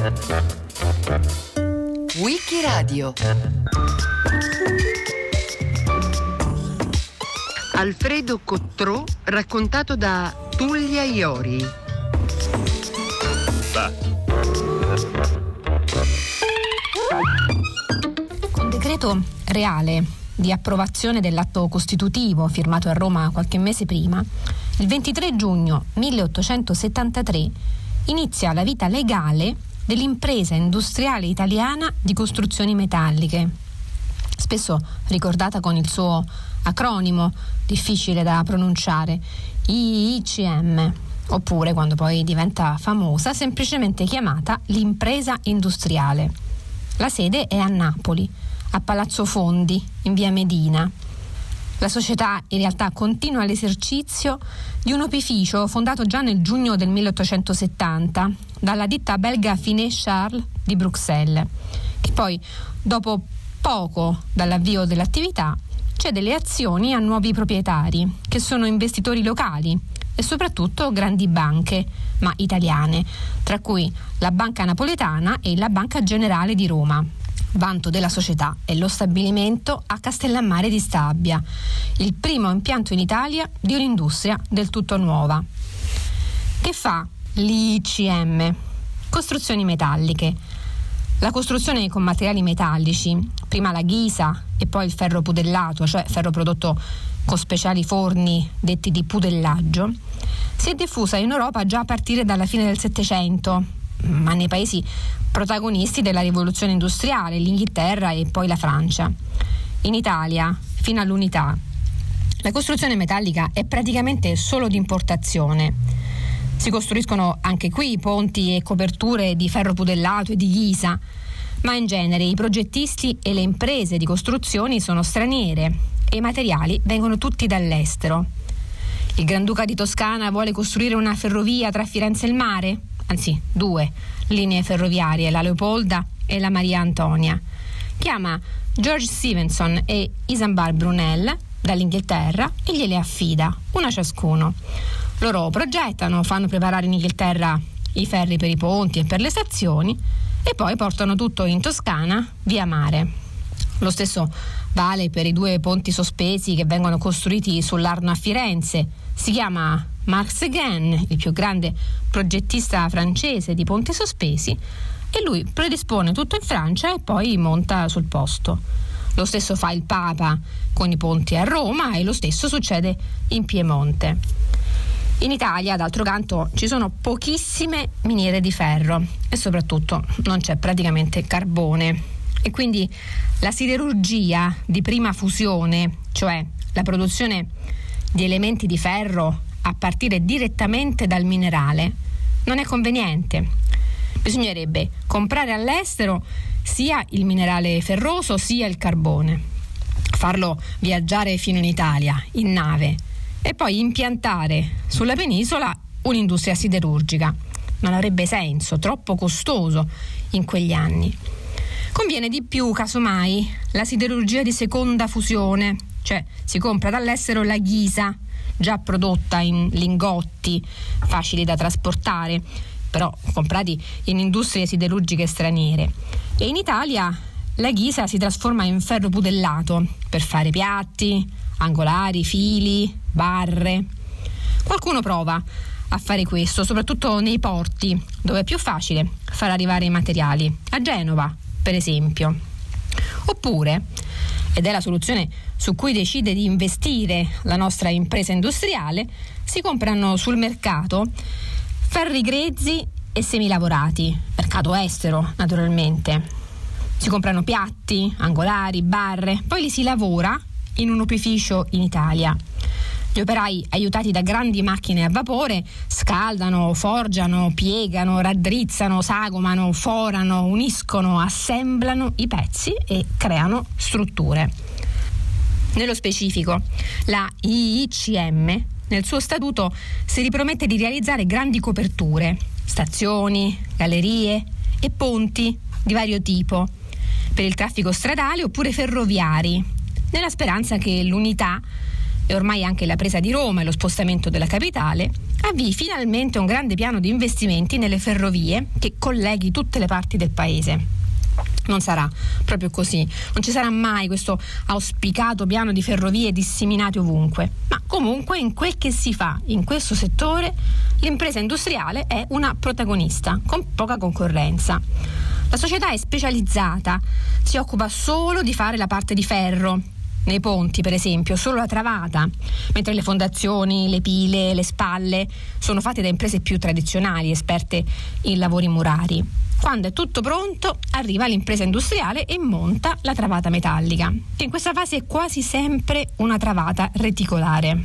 Wikiradio. Alfredo Cottrò raccontato da Tullia Iori. Con decreto reale di approvazione dell'atto costitutivo firmato a Roma qualche mese prima, il 23 giugno 1873 inizia la vita legale dell'impresa industriale italiana di costruzioni metalliche, spesso ricordata con il suo acronimo difficile da pronunciare, IICM, oppure, quando poi diventa famosa, semplicemente chiamata l'impresa industriale. La sede è a Napoli, a Palazzo Fondi, in via Medina. La società in realtà continua l'esercizio di un opificio fondato già nel giugno del 1870 dalla ditta belga Finet Charles di Bruxelles, che poi, dopo poco dall'avvio dell'attività, cede le azioni a nuovi proprietari, che sono investitori locali e soprattutto grandi banche, ma italiane, tra cui la Banca Napoletana e la Banca Generale di Roma. Vanto della società è lo stabilimento a Castellammare di Stabia, il primo impianto in Italia di un'industria del tutto nuova. Che fa l'ICM? Costruzioni metalliche. La costruzione con materiali metallici, prima la ghisa e poi il ferro pudellato, cioè ferro prodotto con speciali forni detti di pudellaggio, si è diffusa in Europa già a partire dalla fine del Settecento, ma nei paesi protagonisti della rivoluzione industriale, l'Inghilterra e poi la Francia. In Italia, fino all'unità, la costruzione metallica è praticamente solo di importazione. Si costruiscono anche qui ponti e coperture di ferro pudellato e di ghisa, ma in genere i progettisti e le imprese di costruzioni sono straniere e i materiali vengono tutti dall'estero. Il Granduca di Toscana vuole costruire una ferrovia tra Firenze e il mare? Anzi, 2 linee ferroviarie, la Leopolda e la Maria Antonia. Chiama George Stephenson e Isambard Brunel dall'Inghilterra e gliele affida, una ciascuno. Loro progettano, fanno preparare in Inghilterra i ferri per i ponti e per le stazioni e poi portano tutto in Toscana via mare. Lo stesso vale per i 2 ponti sospesi che vengono costruiti sull'Arno a Firenze. Si chiama Marc Séguin, il più grande progettista francese di ponti sospesi, e lui predispone tutto in Francia e poi monta sul posto. Lo stesso fa il Papa con i ponti a Roma e lo stesso succede in Piemonte. In Italia, d'altro canto, ci sono pochissime miniere di ferro e soprattutto non c'è praticamente carbone. E quindi la siderurgia di prima fusione, cioè la produzione di elementi di ferro a partire direttamente dal minerale, non è conveniente. Bisognerebbe comprare all'estero sia il minerale ferroso sia il carbone, farlo viaggiare fino in Italia in nave e poi impiantare sulla penisola un'industria siderurgica. Non avrebbe senso, troppo costoso in quegli anni. Conviene di più, casomai, la siderurgia di seconda fusione, cioè si compra dall'estero la ghisa, già prodotta in lingotti, facili da trasportare, però comprati in industrie siderurgiche straniere. E in Italia la ghisa si trasforma in ferro pudellato per fare piatti, angolari, fili, barre. Qualcuno prova a fare questo, soprattutto nei porti, dove è più facile far arrivare i materiali, a Genova per esempio. Oppure, ed è la soluzione su cui decide di investire la nostra impresa industriale, si comprano sul mercato ferri grezzi e semilavorati, mercato estero naturalmente. Si comprano piatti, angolari, barre, poi li si lavora in un opificio in Italia. Gli operai, aiutati da grandi macchine a vapore, scaldano, forgiano, piegano, raddrizzano, sagomano, forano, uniscono, assemblano i pezzi e creano strutture. Nello specifico, la IICM, nel suo statuto, si ripromette di realizzare grandi coperture, stazioni, gallerie e ponti di vario tipo, per il traffico stradale oppure ferroviari, nella speranza che l'unità e ormai anche la presa di Roma e lo spostamento della capitale, avvii finalmente un grande piano di investimenti nelle ferrovie che colleghi tutte le parti del paese. Non sarà proprio così, non ci sarà mai questo auspicato piano di ferrovie disseminate ovunque, ma comunque in quel che si fa in questo settore l'impresa industriale è una protagonista con poca concorrenza. La società è specializzata, si occupa solo di fare la parte di ferro, nei ponti per esempio, solo la travata, mentre le fondazioni, le pile, le spalle sono fatte da imprese più tradizionali, esperte in lavori murari. Quando è tutto pronto, arriva l'impresa industriale e monta la travata metallica, che in questa fase è quasi sempre una travata reticolare.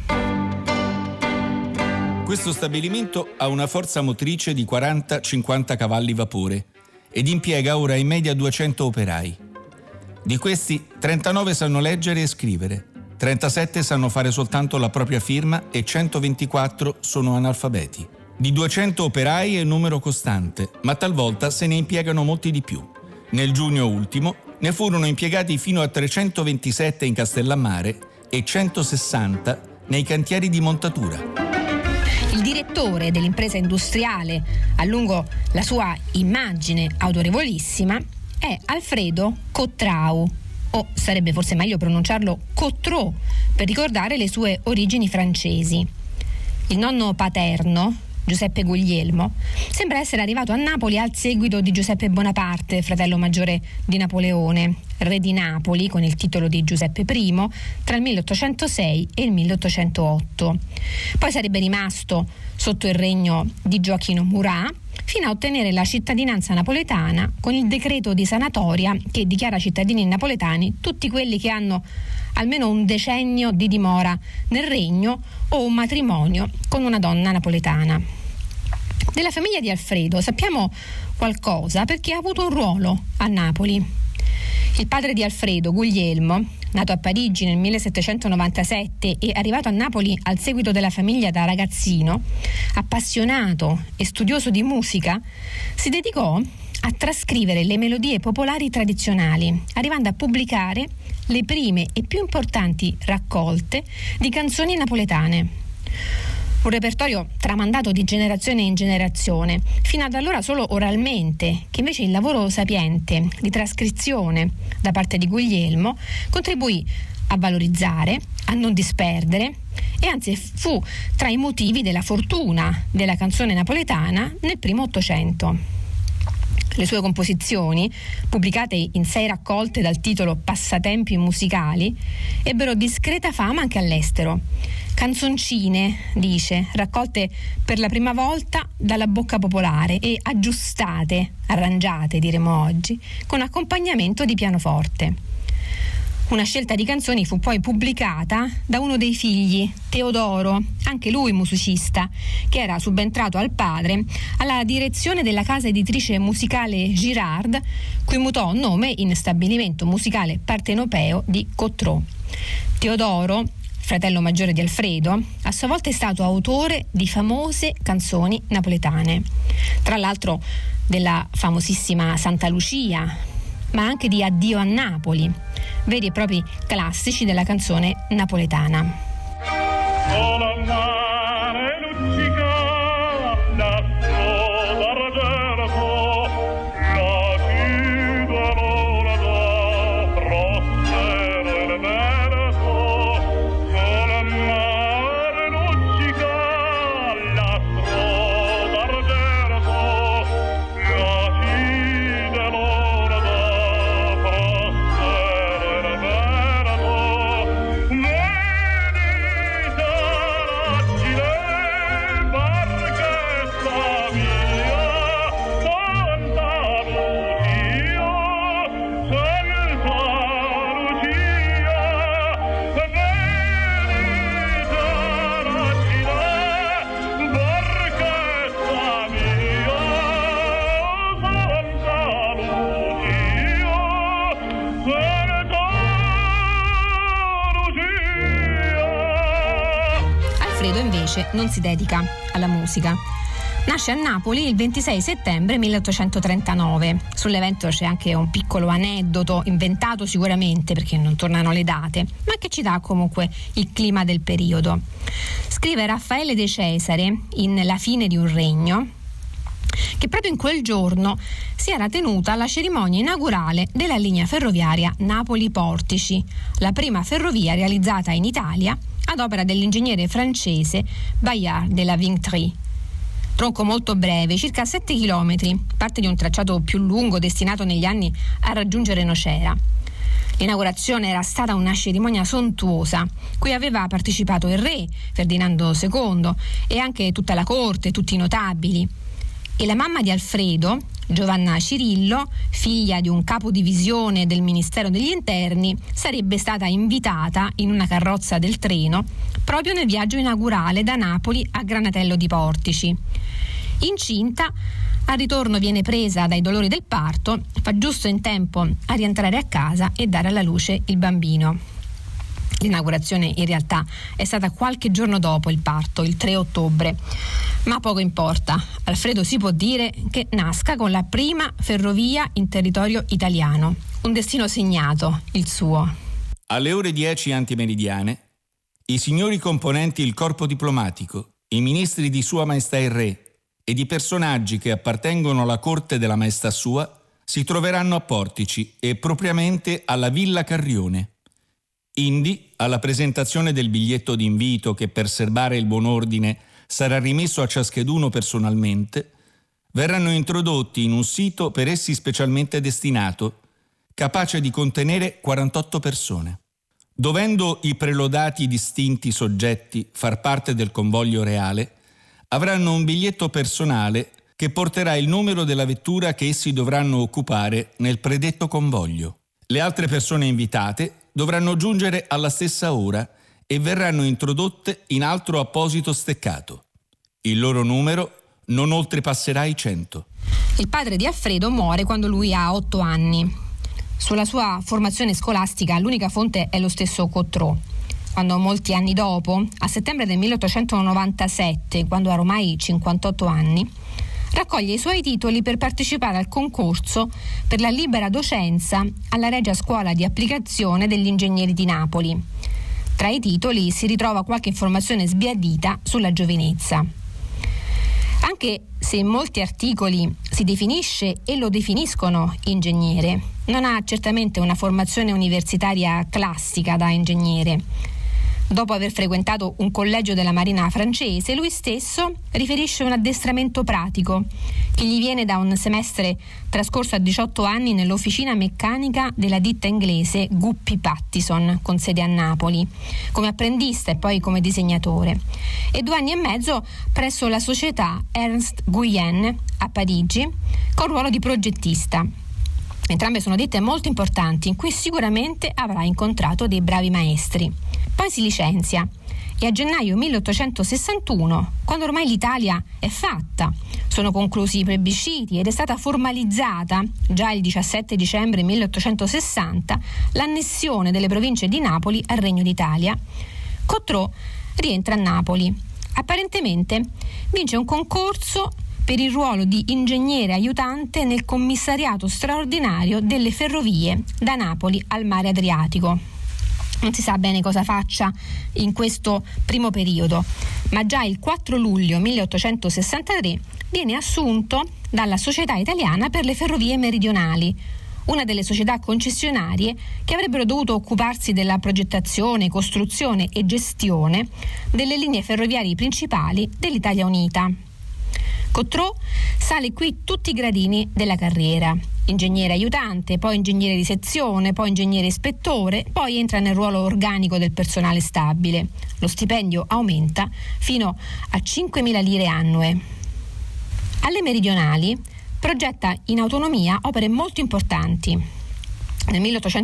Questo stabilimento ha una forza motrice di 40-50 cavalli vapore ed impiega ora in media 200 operai. Di questi, 39 sanno leggere e scrivere, 37 sanno fare soltanto la propria firma e 124 sono analfabeti. Di 200 operai è un numero costante, ma talvolta se ne impiegano molti di più. Nel giugno ultimo ne furono impiegati fino a 327 in Castellammare e 160 nei cantieri di montatura. Il direttore dell'impresa industriale, a lungo la sua immagine autorevolissima, è Alfredo Cottrau, o sarebbe forse meglio pronunciarlo Cottrau, per ricordare le sue origini francesi. Il nonno paterno, Giuseppe Guglielmo, sembra essere arrivato a Napoli al seguito di Giuseppe Bonaparte, fratello maggiore di Napoleone, re di Napoli con il titolo di Giuseppe I tra il 1806 e il 1808. Poi sarebbe rimasto sotto il regno di Gioachino Murat fino a ottenere la cittadinanza napoletana con il decreto di sanatoria che dichiara cittadini napoletani tutti quelli che hanno almeno un decennio di dimora nel regno o un matrimonio con una donna napoletana. Della famiglia di Alfredo sappiamo qualcosa perché ha avuto un ruolo a Napoli. Il padre di Alfredo, Guglielmo, nato a Parigi nel 1797 e arrivato a Napoli al seguito della famiglia da ragazzino, appassionato e studioso di musica, si dedicò a trascrivere le melodie popolari tradizionali, arrivando a pubblicare le prime e più importanti raccolte di canzoni napoletane. Un repertorio tramandato di generazione in generazione, fino ad allora solo oralmente, che invece il lavoro sapiente di trascrizione da parte di Guglielmo contribuì a valorizzare, a non disperdere e anzi fu tra i motivi della fortuna della canzone napoletana nel primo Ottocento. Le sue composizioni, pubblicate in 6 raccolte dal titolo Passatempi musicali, ebbero discreta fama anche all'estero. Canzoncine, dice, raccolte per la prima volta dalla bocca popolare e aggiustate, arrangiate diremo oggi, con accompagnamento di pianoforte. Una scelta di canzoni fu poi pubblicata da uno dei figli, Teodoro, anche lui musicista, che era subentrato al padre alla direzione della casa editrice musicale Girard, cui mutò nome in Stabilimento Musicale Partenopeo di Cottrau. Teodoro, fratello maggiore di Alfredo, a sua volta è stato autore di famose canzoni napoletane, tra l'altro della famosissima Santa Lucia, ma anche di Addio a Napoli, veri e propri classici della canzone napoletana. Non si dedica alla musica, Nasce a Napoli il 26 settembre 1839. Sull'evento c'è anche un piccolo aneddoto, inventato sicuramente perché non tornano le date, ma che ci dà comunque il clima del periodo. Scrive Raffaele De Cesare in La fine di un regno che proprio in quel giorno si era tenuta la cerimonia inaugurale della linea ferroviaria Napoli-Portici, la prima ferrovia realizzata in Italia ad opera dell'ingegnere francese Bayard de la Vingtrie. Tronco molto breve, circa 7 km, parte di un tracciato più lungo destinato negli anni a raggiungere Nocera. L'inaugurazione era stata una cerimonia sontuosa, cui aveva partecipato il re Ferdinando II e anche tutta la corte, tutti i notabili. E la mamma di Alfredo, Giovanna Cirillo, figlia di un capodivisione del Ministero degli Interni, sarebbe stata invitata in una carrozza del treno proprio nel viaggio inaugurale da Napoli a Granatello di Portici. Incinta, al ritorno viene presa dai dolori del parto, fa giusto in tempo a rientrare a casa e dare alla luce il bambino. L'inaugurazione in realtà è stata qualche giorno dopo il parto, il 3 ottobre. Ma poco importa, Alfredo si può dire che nasca con la prima ferrovia in territorio italiano. Un destino segnato, il suo. Alle ore 10 antimeridiane, i signori componenti il corpo diplomatico, i ministri di Sua Maestà il Re ed i personaggi che appartengono alla corte della Maestà Sua si troveranno a Portici e propriamente alla Villa Carrione. Indi, alla presentazione del biglietto d'invito che per serbare il buon ordine sarà rimesso a ciascheduno personalmente, verranno introdotti in un sito per essi specialmente destinato, capace di contenere 48 persone. Dovendo i prelodati distinti soggetti far parte del convoglio reale, avranno un biglietto personale che porterà il numero della vettura che essi dovranno occupare nel predetto convoglio. Le altre persone invitate dovranno giungere alla stessa ora e verranno introdotte in altro apposito steccato. Il loro numero non oltrepasserà i 100. Il padre di Alfredo muore quando lui ha 8 anni. Sulla sua formazione scolastica l'unica fonte è lo stesso Cottrau. Quando molti anni dopo, a settembre del 1897, quando ha ormai 58 anni, raccoglie i suoi titoli per partecipare al concorso per la libera docenza alla Regia Scuola di Applicazione degli Ingegneri di Napoli. Tra i titoli si ritrova qualche informazione sbiadita sulla giovinezza. Anche se in molti articoli si definisce e lo definiscono ingegnere, non ha certamente una formazione universitaria classica da ingegnere. Dopo aver frequentato un collegio della Marina francese, lui stesso riferisce un addestramento pratico che gli viene da un semestre trascorso a 18 anni nell'officina meccanica della ditta inglese Guppy Pattison, con sede a Napoli, come apprendista e poi come disegnatore, e 2 anni e mezzo presso la società Ernst Guyen a Parigi, con ruolo di progettista. Entrambe sono ditte molto importanti in cui sicuramente avrà incontrato dei bravi maestri. Poi si licenzia e a gennaio 1861, quando ormai l'Italia è fatta, sono conclusi i plebisciti ed è stata formalizzata, già il 17 dicembre 1860, l'annessione delle province di Napoli al Regno d'Italia, Cottrau rientra a Napoli. Apparentemente vince un concorso per il ruolo di ingegnere aiutante nel commissariato straordinario delle ferrovie da Napoli al mare Adriatico. Non si sa bene cosa faccia in questo primo periodo, ma già il 4 luglio 1863 viene assunto dalla Società Italiana per le Ferrovie Meridionali, una delle società concessionarie che avrebbero dovuto occuparsi della progettazione, costruzione e gestione delle linee ferroviarie principali dell'Italia Unita. Cottrau sale qui tutti i gradini della carriera: ingegnere aiutante, poi ingegnere di sezione, poi ingegnere ispettore, poi entra nel ruolo organico del personale stabile. Lo stipendio aumenta fino a 5.000 lire annue. Alle meridionali progetta in autonomia opere molto importanti. Nel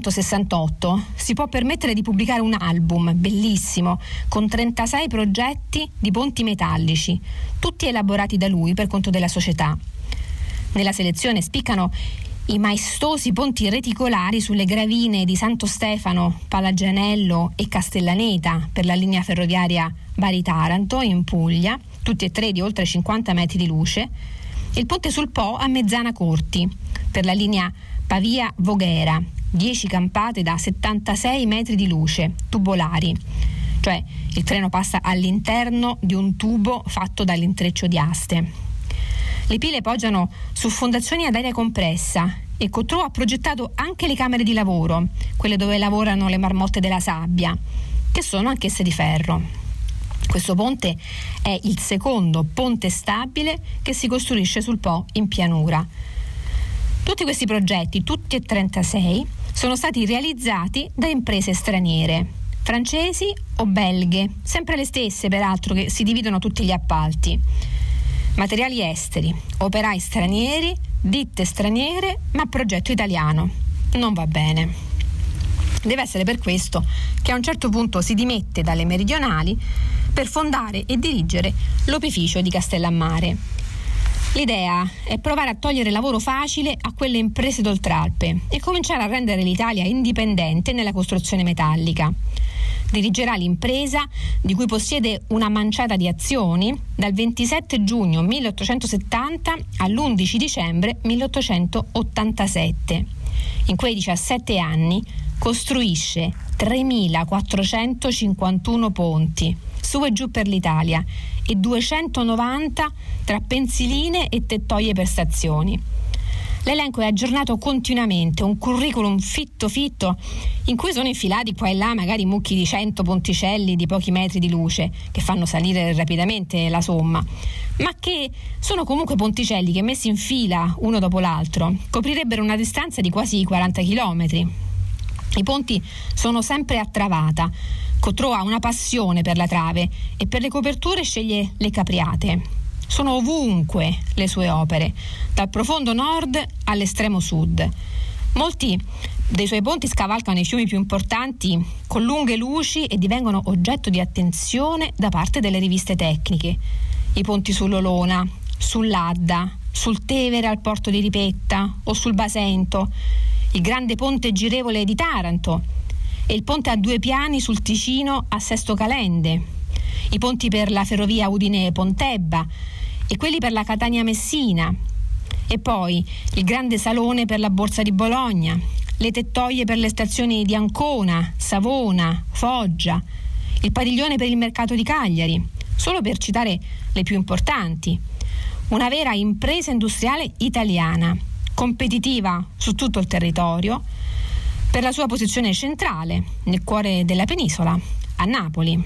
1868 si può permettere di pubblicare un album bellissimo con 36 progetti di ponti metallici, tutti elaborati da lui per conto della società. Nella selezione spiccano i maestosi ponti reticolari sulle gravine di Santo Stefano, Palagianello e Castellaneta per la linea ferroviaria Bari-Taranto in Puglia, tutti e tre di oltre 50 metri di luce, e il ponte sul Po a Mezzana Corti, per la linea Pavia-Voghera, 10 campate da 76 metri di luce, tubolari, cioè il treno passa all'interno di un tubo fatto dall'intreccio di aste. Le pile poggiano su fondazioni ad aria compressa e Cottrau ha progettato anche le camere di lavoro, quelle dove lavorano le marmotte della sabbia, che sono anch'esse di ferro. Questo ponte è il secondo ponte stabile che si costruisce sul Po in pianura. Tutti questi progetti, tutti e 36, sono stati realizzati da imprese straniere, francesi o belghe, sempre le stesse peraltro, che si dividono tutti gli appalti. Materiali esteri, operai stranieri, ditte straniere, ma progetto italiano. Non va bene. Deve essere per questo che a un certo punto si dimette dalle meridionali per fondare e dirigere l'opificio di Castellammare. L'idea è provare a togliere lavoro facile a quelle imprese d'Oltralpe e cominciare a rendere l'Italia indipendente nella costruzione metallica. Dirigerà l'impresa, di cui possiede una manciata di azioni, dal 27 giugno 1870 all'11 dicembre 1887. In quei 17 anni costruisce 3.451 ponti su e giù per l'Italia e 290 tra pensiline e tettoie per stazioni. L'elenco è aggiornato continuamente, un curriculum fitto in cui sono infilati qua e là magari mucchi di 100 ponticelli di pochi metri di luce che fanno salire rapidamente la somma, ma che sono comunque ponticelli che messi in fila uno dopo l'altro coprirebbero una distanza di quasi 40 chilometri. I ponti sono sempre a travata. Cottrau ha una passione per la trave e per le coperture sceglie le capriate. Sono ovunque le sue opere, dal profondo nord all'estremo sud. Molti dei suoi ponti scavalcano i fiumi più importanti con lunghe luci e divengono oggetto di attenzione da parte delle riviste tecniche. I ponti sull'Olona, sull'Adda, sul Tevere al porto di Ripetta o sul Basento, il grande ponte girevole di Taranto e il ponte a 2 piani sul Ticino a Sesto Calende, i ponti per la ferrovia Udine-Pontebba e quelli per la Catania-Messina, e poi il grande salone per la Borsa di Bologna, le tettoie per le stazioni di Ancona, Savona, Foggia, il padiglione per il mercato di Cagliari, solo per citare le più importanti. Una vera impresa industriale italiana, competitiva su tutto il territorio, per la sua posizione centrale nel cuore della penisola, a Napoli.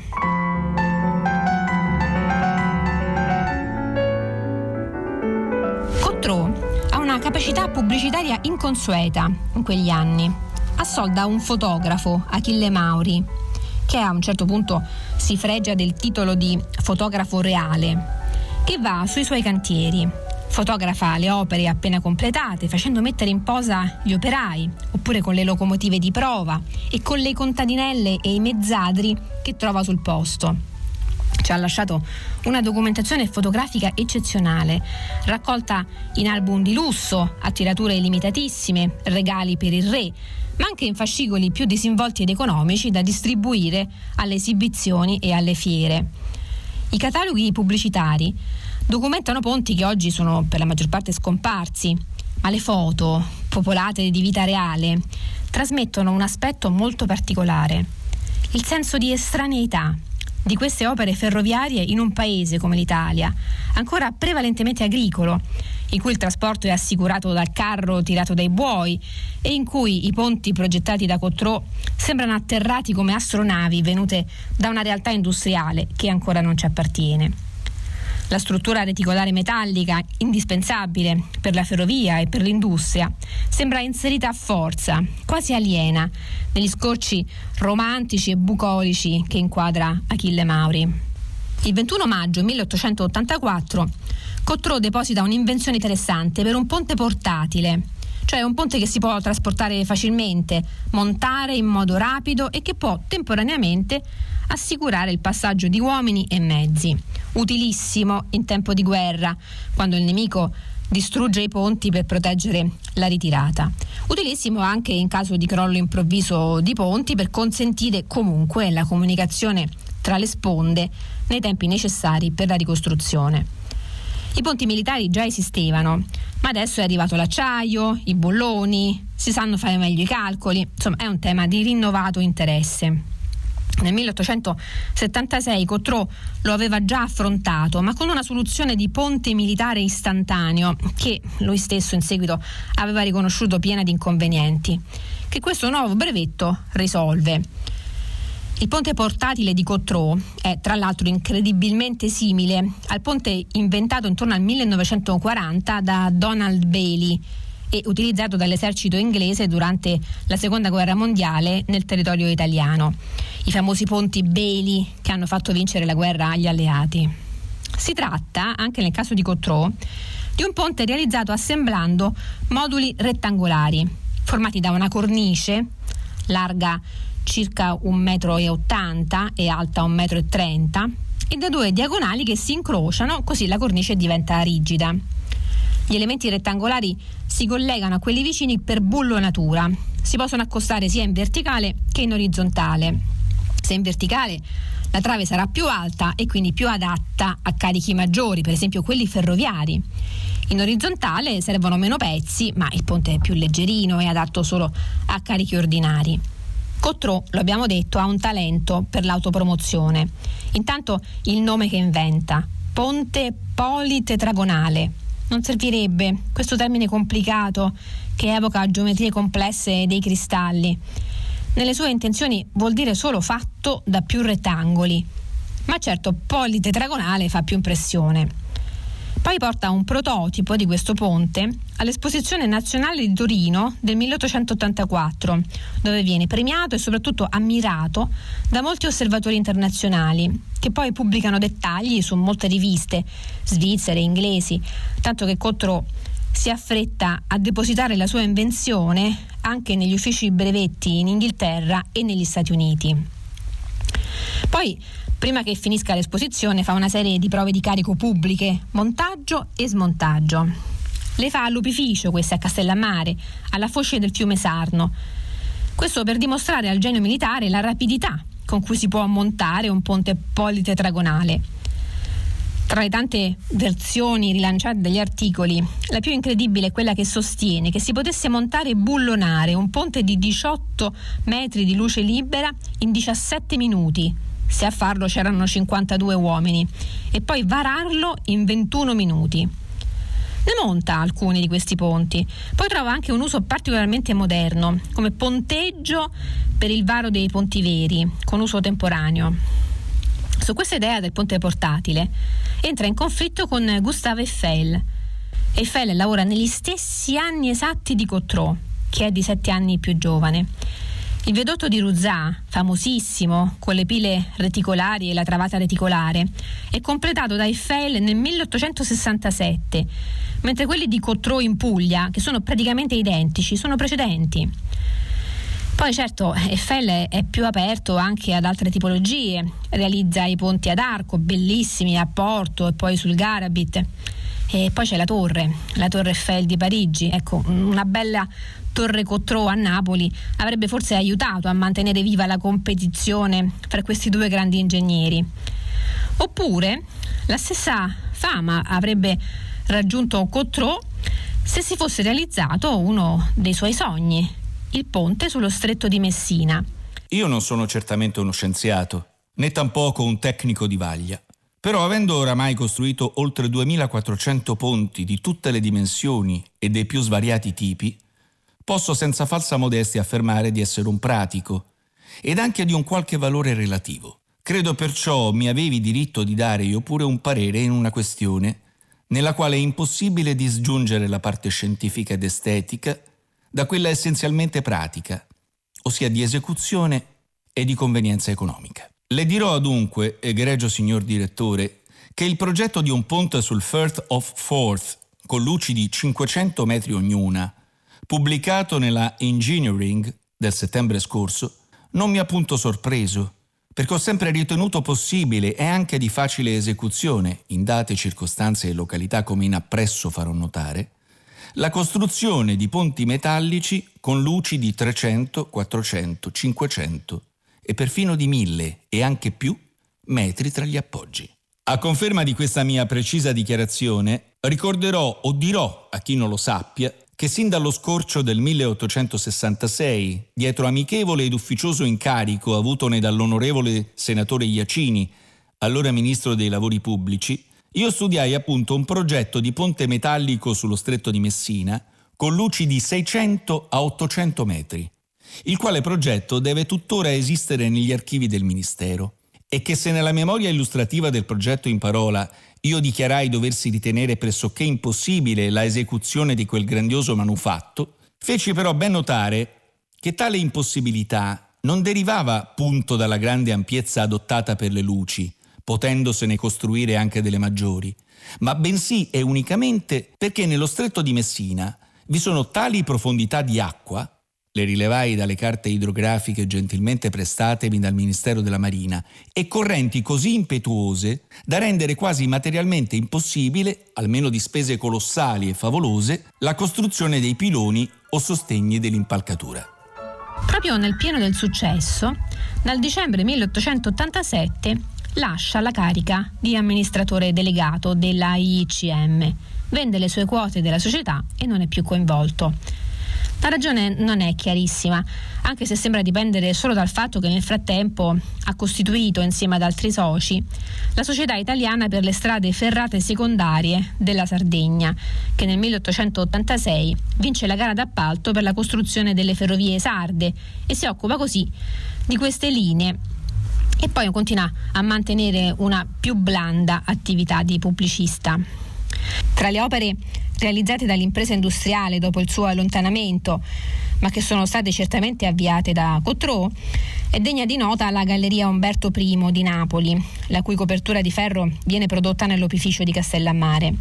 Cottrau ha una capacità pubblicitaria inconsueta in quegli anni. Assolda un fotografo, Achille Mauri, che a un certo punto si fregia del titolo di fotografo reale, che va sui suoi cantieri, fotografa le opere appena completate, facendo mettere in posa gli operai, oppure con le locomotive di prova e con le contadinelle e i mezzadri che trova sul posto. Ci ha lasciato una documentazione fotografica eccezionale, raccolta in album di lusso, a tirature limitatissime, regali per il re, ma anche in fascicoli più disinvolti ed economici da distribuire alle esibizioni e alle fiere. I cataloghi pubblicitari documentano ponti che oggi sono per la maggior parte scomparsi, ma le foto, popolate di vita reale, trasmettono un aspetto molto particolare: il senso di estraneità di queste opere ferroviarie in un paese come l'Italia, ancora prevalentemente agricolo, in cui il trasporto è assicurato dal carro tirato dai buoi e in cui i ponti progettati da Cottrau sembrano atterrati come astronavi venute da una realtà industriale che ancora non ci appartiene. La struttura reticolare metallica, indispensabile per la ferrovia e per l'industria, sembra inserita a forza, quasi aliena, negli scorci romantici e bucolici che inquadra Achille Mauri. Il 21 maggio 1884 Cottrau deposita un'invenzione interessante per un ponte portatile, cioè un ponte che si può trasportare facilmente, montare in modo rapido e che può temporaneamente assicurare il passaggio di uomini e mezzi. Utilissimo in tempo di guerra, quando il nemico distrugge i ponti per proteggere la ritirata. Utilissimo anche in caso di crollo improvviso di ponti per consentire comunque la comunicazione tra le sponde nei tempi necessari per la ricostruzione. I ponti militari già esistevano, ma adesso è arrivato l'acciaio, i bulloni, si sanno fare meglio i calcoli, insomma è un tema di rinnovato interesse. Nel 1876 Cottrau lo aveva già affrontato, ma con una soluzione di ponte militare istantaneo che lui stesso in seguito aveva riconosciuto piena di inconvenienti, che questo nuovo brevetto risolve. Il ponte portatile di Cottrau è tra l'altro incredibilmente simile al ponte inventato intorno al 1940 da Donald Bailey e utilizzato dall'esercito inglese durante la Seconda Guerra Mondiale nel territorio italiano. I famosi ponti Bailey che hanno fatto vincere la guerra agli alleati. Si tratta, anche nel caso di Cottrau, di un ponte realizzato assemblando moduli rettangolari, formati da una cornice larga circa 1,80 m e alta 1,30 m e da due diagonali che si incrociano, così la cornice diventa rigida. Gli elementi rettangolari si collegano a quelli vicini per bullonatura. Si possono accostare sia in verticale che in orizzontale. Se in verticale la trave sarà più alta e quindi più adatta a carichi maggiori, per esempio quelli ferroviari. In orizzontale servono meno pezzi, ma il ponte è più leggerino e adatto solo a carichi ordinari. Cottrau, lo abbiamo detto, ha un talento per l'autopromozione. Intanto il nome che inventa, ponte politetragonale. Non servirebbe questo termine complicato che evoca geometrie complesse dei cristalli. Nelle sue intenzioni vuol dire solo fatto da più rettangoli, ma certo politetragonale fa più impressione. Poi porta un prototipo di questo ponte all'Esposizione Nazionale di Torino del 1884, dove viene premiato e soprattutto ammirato da molti osservatori internazionali, che poi pubblicano dettagli su molte riviste svizzere e inglesi, tanto che Cottrau si affretta a depositare la sua invenzione anche negli uffici brevetti in Inghilterra e negli Stati Uniti. Poi, prima che finisca l'esposizione, fa una serie di prove di carico pubbliche, montaggio e smontaggio. Le fa a Lupificio, queste a Castellammare, alla foce del fiume Sarno. Questo per dimostrare al genio militare la rapidità con cui si può montare un ponte politetragonale. Tra le tante versioni rilanciate dagli articoli, la più incredibile è quella che sostiene che si potesse montare e bullonare un ponte di 18 metri di luce libera in 17 minuti, se a farlo c'erano 52 uomini, e poi vararlo in 21 minuti. Ne monta alcuni di questi ponti, poi trova anche un uso particolarmente moderno, come ponteggio per il varo dei ponti veri, con uso temporaneo. Su questa idea del ponte portatile entra in conflitto con Gustave Eiffel. Eiffel lavora negli stessi anni esatti di Cottrau, che è di 7 anni più giovane. Il viadotto di Rouzat, famosissimo, con le pile reticolari e la travata reticolare, è completato da Eiffel nel 1867, mentre quelli di Cottrau in Puglia, che sono praticamente identici, sono precedenti. Poi certo Eiffel è più aperto anche ad altre tipologie, realizza i ponti ad arco, bellissimi a Porto e poi sul Garabit. E poi c'è la torre Eiffel di Parigi. Ecco, una bella torre Cottrau a Napoli avrebbe forse aiutato a mantenere viva la competizione fra questi due grandi ingegneri. Oppure la stessa fama avrebbe raggiunto Cottrau se si fosse realizzato uno dei suoi sogni, il ponte sullo stretto di Messina. Io non sono certamente uno scienziato, né tampoco un tecnico di vaglia. Però avendo oramai costruito oltre 2400 ponti di tutte le dimensioni e dei più svariati tipi, posso senza falsa modestia affermare di essere un pratico ed anche di un qualche valore relativo. Credo perciò mi avevi diritto di dare io pure un parere in una questione nella quale è impossibile disgiungere la parte scientifica ed estetica da quella essenzialmente pratica, ossia di esecuzione e di convenienza economica. Le dirò dunque, egregio signor direttore, che il progetto di un ponte sul Firth of Forth con luci di 500 metri ognuna, pubblicato nella Engineering del settembre scorso, non mi ha punto sorpreso, perché ho sempre ritenuto possibile e anche di facile esecuzione, in date circostanze e località come in appresso farò notare, la costruzione di ponti metallici con luci di 300, 400, 500 e perfino di 1000 e anche più metri tra gli appoggi. A conferma di questa mia precisa dichiarazione, ricorderò o dirò a chi non lo sappia che sin dallo scorcio del 1866, dietro amichevole ed ufficioso incarico avutone dall'onorevole senatore Iacini, allora ministro dei lavori pubblici, io studiai appunto un progetto di ponte metallico sullo stretto di Messina con luci di 600 a 800 metri, il quale progetto deve tuttora esistere negli archivi del Ministero, e che se nella memoria illustrativa del progetto in parola io dichiarai doversi ritenere pressoché impossibile la esecuzione di quel grandioso manufatto, feci però ben notare che tale impossibilità non derivava appunto dalla grande ampiezza adottata per le luci, potendosene costruire anche delle maggiori, ma bensì e unicamente perché nello stretto di Messina vi sono tali profondità di acqua, le rilevai dalle carte idrografiche gentilmente prestatemi dal Ministero della Marina, e correnti così impetuose da rendere quasi materialmente impossibile, almeno di spese colossali e favolose, la costruzione dei piloni o sostegni dell'impalcatura. Proprio nel pieno del successo, dal dicembre 1887 lascia la carica di amministratore delegato della IICM, vende le sue quote della società e non è più coinvolto. La ragione non è chiarissima, anche se sembra dipendere solo dal fatto che nel frattempo ha costituito, insieme ad altri soci, la Società Italiana per le Strade Ferrate Secondarie della Sardegna, che nel 1886 vince la gara d'appalto per la costruzione delle ferrovie sarde e si occupa così di queste linee, e poi continua a mantenere una più blanda attività di pubblicista. Tra le opere realizzate dall'impresa industriale dopo il suo allontanamento, ma che sono state certamente avviate da Cottrau, è degna di nota la Galleria Umberto I di Napoli, la cui copertura di ferro viene prodotta nell'opificio di Castellammare.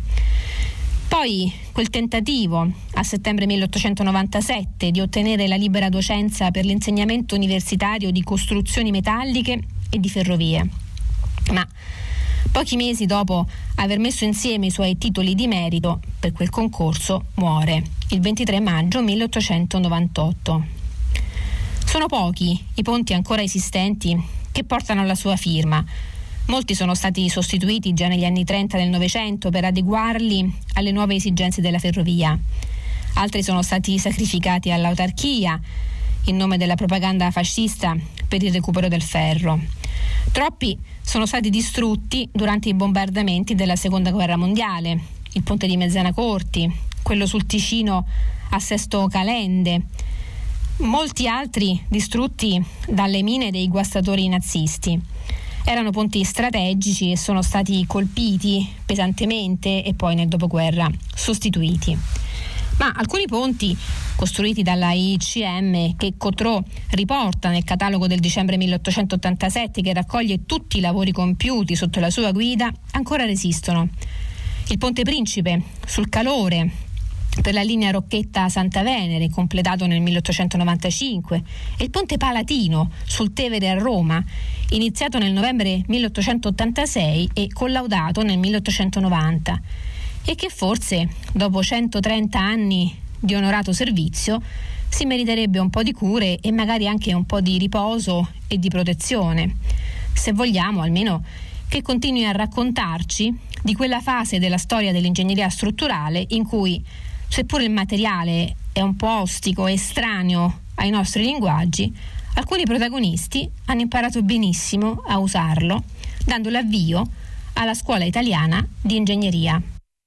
Poi quel tentativo, a settembre 1897, di ottenere la libera docenza per l'insegnamento universitario di costruzioni metalliche e di ferrovie. Ma pochi mesi dopo aver messo insieme i suoi titoli di merito per quel concorso, muore il 23 maggio 1898. Sono pochi i ponti ancora esistenti che portano la sua firma. Molti sono stati sostituiti già negli anni 30 del Novecento per adeguarli alle nuove esigenze della ferrovia. Altri sono stati sacrificati all'autarchia in nome della propaganda fascista per il recupero del ferro. Troppi sono stati distrutti durante i bombardamenti della Seconda Guerra Mondiale, il ponte di Mezzanacorti, quello sul Ticino a Sesto Calende, molti altri distrutti dalle mine dei guastatori nazisti. Erano ponti strategici e sono stati colpiti pesantemente e poi nel dopoguerra sostituiti. Ma alcuni ponti costruiti dalla IICM, che Cottrau riporta nel catalogo del dicembre 1887, che raccoglie tutti i lavori compiuti sotto la sua guida, ancora resistono. Il Ponte Principe sul Calore per la linea Rocchetta-Santa Venere, completato nel 1895, e il Ponte Palatino sul Tevere a Roma, iniziato nel novembre 1886 e collaudato nel 1890, e che forse, dopo 130 anni di onorato servizio, si meriterebbe un po' di cure e magari anche un po' di riposo e di protezione. Se vogliamo, almeno che continui a raccontarci di quella fase della storia dell'ingegneria strutturale in cui, seppure il materiale è un po' ostico e estraneo ai nostri linguaggi, alcuni protagonisti hanno imparato benissimo a usarlo, dando l'avvio alla scuola italiana di ingegneria.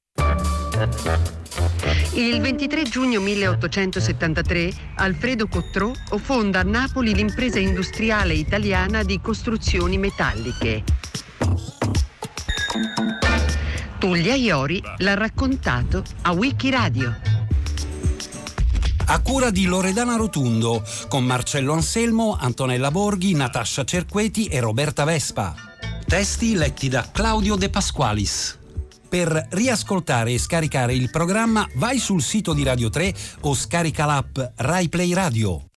Il 23 giugno 1873 Alfredo Cottrau fonda a Napoli l'impresa industriale italiana di costruzioni metalliche. Tullia Iori l'ha raccontato a Wikiradio. A cura di Loredana Rotundo, con Marcello Anselmo, Antonella Borghi, Natascia Cerqueti e Roberta Vespa. Testi letti da Claudio De Pasqualis. Per riascoltare e scaricare il programma vai sul sito di Radio 3 o scarica l'app Rai Play Radio.